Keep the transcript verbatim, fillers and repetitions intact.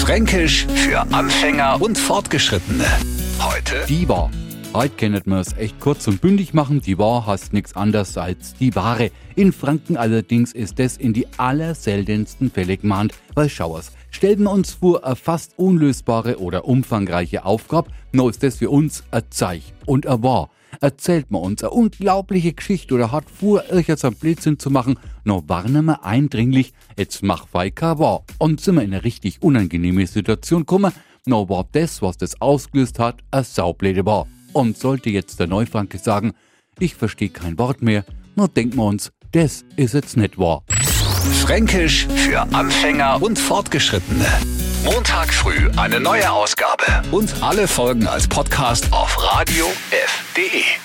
Fränkisch für Anfänger und Fortgeschrittene. Heute Die War. Heute können wir es echt kurz und bündig machen. Die War heißt nichts anderes als die Ware. In Franken allerdings ist das in die allerseltensten Fälle gemeint, weil schauers. Stellen wir uns vor eine fast unlösbare oder umfangreiche Aufgabe, no ist das für uns ein Zeich und ein War. Erzählt man uns eine unglaubliche Geschichte oder hat vor, irgendeinen Blödsinn zu machen, no warnen wir eindringlich, jetzt mach weiter wahr. Und sind wir in eine richtig unangenehme Situation gekommen, no war das, was das ausgelöst hat, eine Saublöde war. Und sollte jetzt der Neufranke sagen, ich verstehe kein Wort mehr, no denken wir uns, das ist jetzt nicht wahr. Fränkisch für Anfänger und Fortgeschrittene. Montag früh eine neue Ausgabe. Und alle Folgen als Podcast auf radio punkt f punkt de.